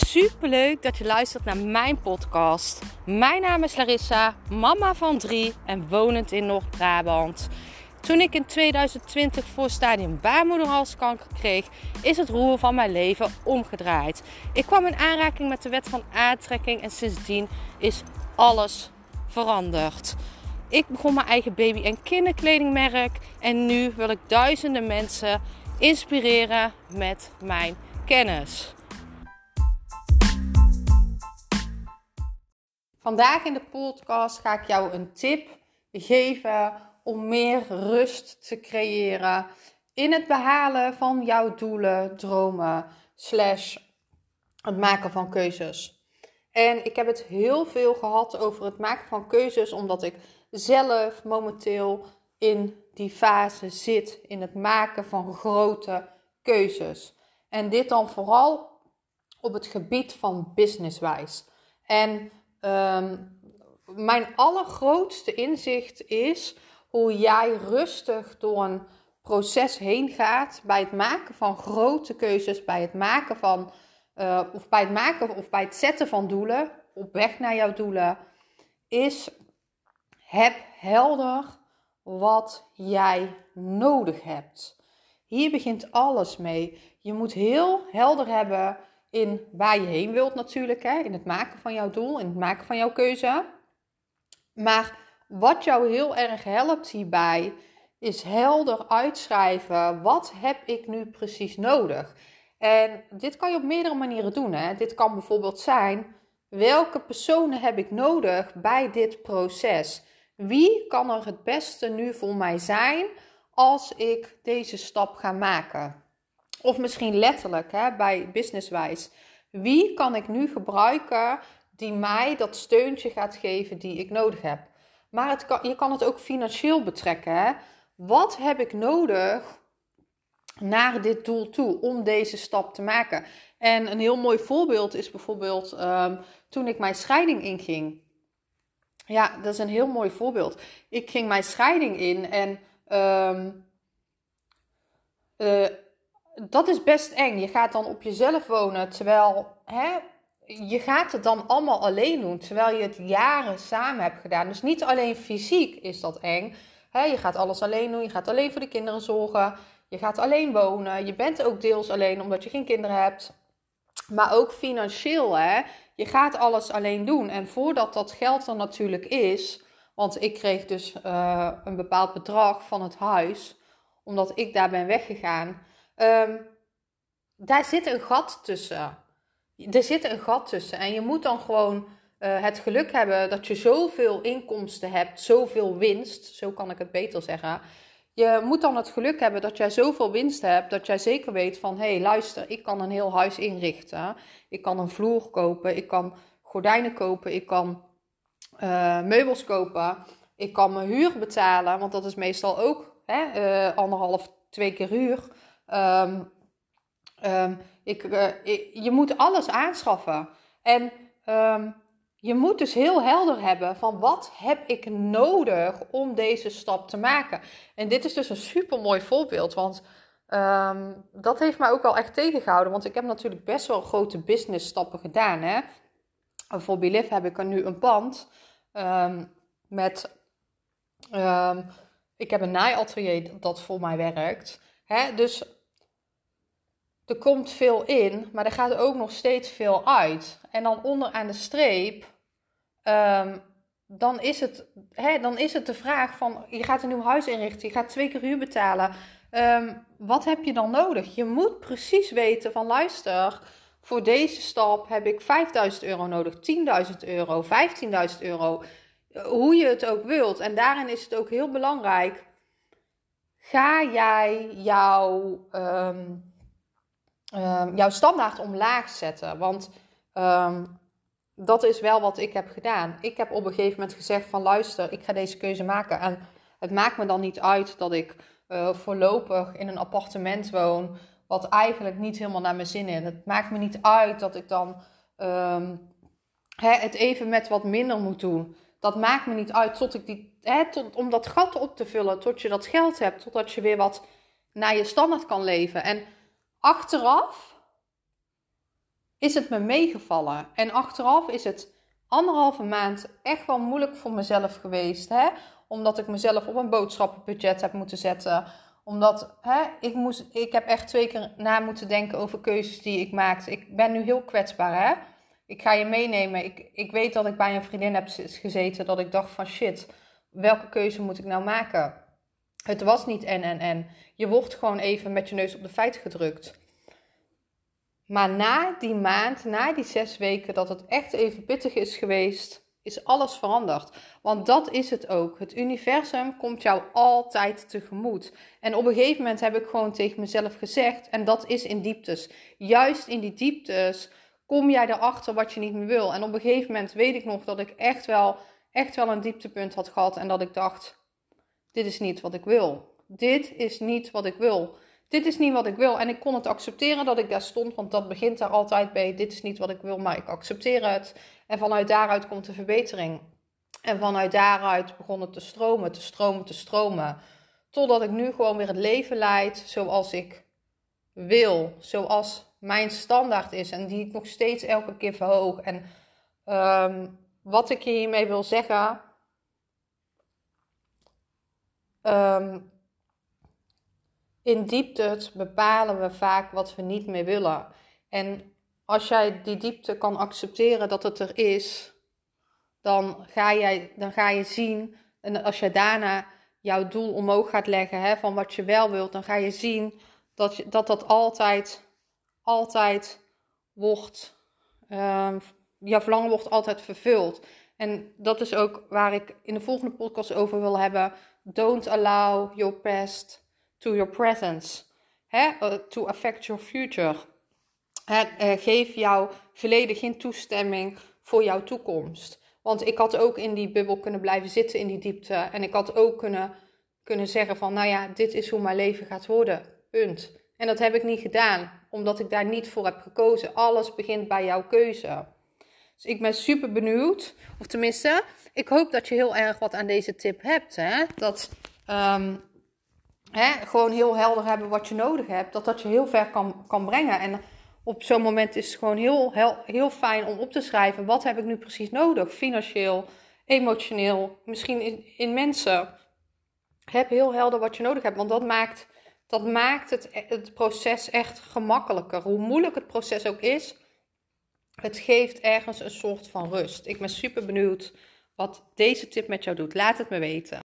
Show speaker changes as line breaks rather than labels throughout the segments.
Superleuk dat je luistert naar mijn podcast. Mijn naam is Larissa, mama van 3 en wonend in Noord-Brabant. Toen ik in 2020 voor stadium baarmoederhalskanker kreeg, is het roer van mijn leven omgedraaid. Ik kwam in aanraking met de wet van aantrekking en sindsdien is alles veranderd. Ik begon mijn eigen baby- en kinderkledingmerk en nu wil ik duizenden mensen inspireren met mijn kennis. Vandaag in de podcast ga ik jou een tip geven om meer rust te creëren in het behalen van jouw doelen, dromen, / het maken van keuzes. En ik heb het heel veel gehad over het maken van keuzes, omdat ik zelf momenteel in die fase zit, in het maken van grote keuzes. En dit dan vooral op het gebied van businesswijs. En mijn allergrootste inzicht is hoe jij rustig door een proces heen gaat bij het maken van grote keuzes, bij het maken van bij het zetten van doelen, op weg naar jouw doelen, is heb helder wat jij nodig hebt. Hier begint alles mee. Je moet heel helder hebben in waar je heen wilt natuurlijk, in het maken van jouw doel, in het maken van jouw keuze. Maar wat jou heel erg helpt hierbij, is helder uitschrijven, wat heb ik nu precies nodig? En dit kan je op meerdere manieren doen. Dit kan bijvoorbeeld zijn, welke personen heb ik nodig bij dit proces? Wie kan er het beste nu voor mij zijn als ik deze stap ga maken? Of misschien letterlijk bij businesswijs. Wie kan ik nu gebruiken die mij dat steuntje gaat geven die ik nodig heb? Maar je kan het ook financieel betrekken. Wat heb ik nodig naar dit doel toe om deze stap te maken? En een heel mooi voorbeeld is bijvoorbeeld toen ik mijn scheiding inging. Ja, dat is een heel mooi voorbeeld. Ik ging mijn scheiding in en dat is best eng. Je gaat dan op jezelf wonen, terwijl je gaat het dan allemaal alleen doen, terwijl je het jaren samen hebt gedaan. Dus niet alleen fysiek is dat eng. Je gaat alles alleen doen, je gaat alleen voor de kinderen zorgen, je gaat alleen wonen. Je bent ook deels alleen omdat je geen kinderen hebt. Maar ook financieel, je gaat alles alleen doen. En voordat dat geld er natuurlijk is, want ik kreeg dus een bepaald bedrag van het huis, omdat ik daar ben weggegaan. Daar zit een gat tussen. Er zit een gat tussen. En je moet dan gewoon het geluk hebben dat je zoveel inkomsten hebt, zoveel winst. Zo kan ik het beter zeggen. Je moet dan het geluk hebben dat jij zoveel winst hebt, dat jij zeker weet van, hé, luister, ik kan een heel huis inrichten. Ik kan een vloer kopen, ik kan gordijnen kopen, ik kan meubels kopen. Ik kan mijn huur betalen, want dat is meestal ook 1,5, 2 keer huur. Je moet alles aanschaffen. En je moet dus heel helder hebben van wat heb ik nodig om deze stap te maken. En dit is dus een super mooi voorbeeld, want dat heeft mij ook wel echt tegengehouden. Want ik heb natuurlijk best wel grote business stappen gedaan. Voor Belief heb ik nu een pand met... ik heb een naaiatelier dat voor mij werkt. Dus er komt veel in, maar er gaat ook nog steeds veel uit. En dan onderaan de streep, dan is het de vraag van, je gaat een nieuw huis inrichten, je gaat 2 keer huur betalen. Wat heb je dan nodig? Je moet precies weten van, luister, voor deze stap heb ik 5.000 euro nodig, 10.000 euro, 15.000 euro. Hoe je het ook wilt. En daarin is het ook heel belangrijk, ga jij jouw standaard omlaag zetten. Want dat is wel wat ik heb gedaan. Ik heb op een gegeven moment gezegd van, luister, ik ga deze keuze maken. En het maakt me dan niet uit dat ik voorlopig in een appartement woon, wat eigenlijk niet helemaal naar mijn zin is. Het maakt me niet uit dat ik dan het even met wat minder moet doen. Dat maakt me niet uit om dat gat op te vullen, tot je dat geld hebt, totdat je weer wat naar je standaard kan leven. En achteraf is het me meegevallen. En achteraf is het 1,5 maand echt wel moeilijk voor mezelf geweest. Hè? Omdat ik mezelf op een boodschappenbudget heb moeten zetten. Omdat ik heb echt 2 keer na moeten denken over keuzes die ik maakte. Ik ben nu heel kwetsbaar. Hè? Ik ga je meenemen. Ik weet dat ik bij een vriendin heb gezeten. Dat ik dacht van shit, welke keuze moet ik nou maken? Het was niet en. Je wordt gewoon even met je neus op de feiten gedrukt. Maar na die maand, na die 6 weken dat het echt even pittig is geweest, is alles veranderd. Want dat is het ook. Het universum komt jou altijd tegemoet. En op een gegeven moment heb ik gewoon tegen mezelf gezegd, en dat is in dieptes. Juist in die dieptes kom jij erachter wat je niet meer wil. En op een gegeven moment weet ik nog dat ik echt wel een dieptepunt had gehad. En dat ik dacht, dit is niet wat ik wil. Dit is niet wat ik wil. Dit is niet wat ik wil. En ik kon het accepteren dat ik daar stond, want dat begint daar altijd bij. Dit is niet wat ik wil, maar ik accepteer het. En vanuit daaruit komt de verbetering. En vanuit daaruit begon het te stromen. Totdat ik nu gewoon weer het leven leid zoals ik wil. Zoals mijn standaard is. En die ik nog steeds elke keer verhoog. En wat ik je hiermee wil zeggen. In diepte bepalen we vaak wat we niet meer willen. En als jij die diepte kan accepteren dat het er is, dan ga je zien, en als je daarna jouw doel omhoog gaat leggen, van wat je wel wilt, dan ga je zien dat altijd wordt, jouw verlangen wordt altijd vervuld. En dat is ook waar ik in de volgende podcast over wil hebben. Don't allow your past to your presence, to affect your future. Geef jouw verleden geen toestemming voor jouw toekomst. Want ik had ook in die bubbel kunnen blijven zitten in die diepte. En ik had ook kunnen zeggen van, nou ja, dit is hoe mijn leven gaat worden. Punt. En dat heb ik niet gedaan, omdat ik daar niet voor heb gekozen. Alles begint bij jouw keuze. Dus ik ben super benieuwd, of tenminste, ik hoop dat je heel erg wat aan deze tip hebt. Dat gewoon heel helder hebben wat je nodig hebt, dat je heel ver kan brengen. En op zo'n moment is het gewoon heel fijn om op te schrijven, wat heb ik nu precies nodig? Financieel, emotioneel, misschien in mensen. Heb heel helder wat je nodig hebt, want dat maakt het proces echt gemakkelijker. Hoe moeilijk het proces ook is, het geeft ergens een soort van rust. Ik ben super benieuwd wat deze tip met jou doet. Laat het me weten.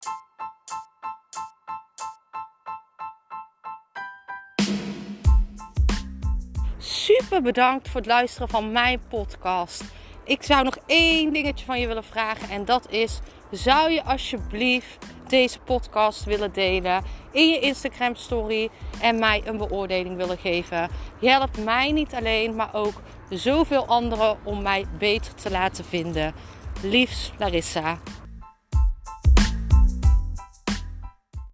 Super bedankt voor het luisteren van mijn podcast. Ik zou nog 1 dingetje van je willen vragen. En dat is, zou je alsjeblieft deze podcast willen delen in je Instagram story en mij een beoordeling willen geven? Je helpt mij niet alleen, maar ook zoveel anderen om mij beter te laten vinden. Liefs, Larissa.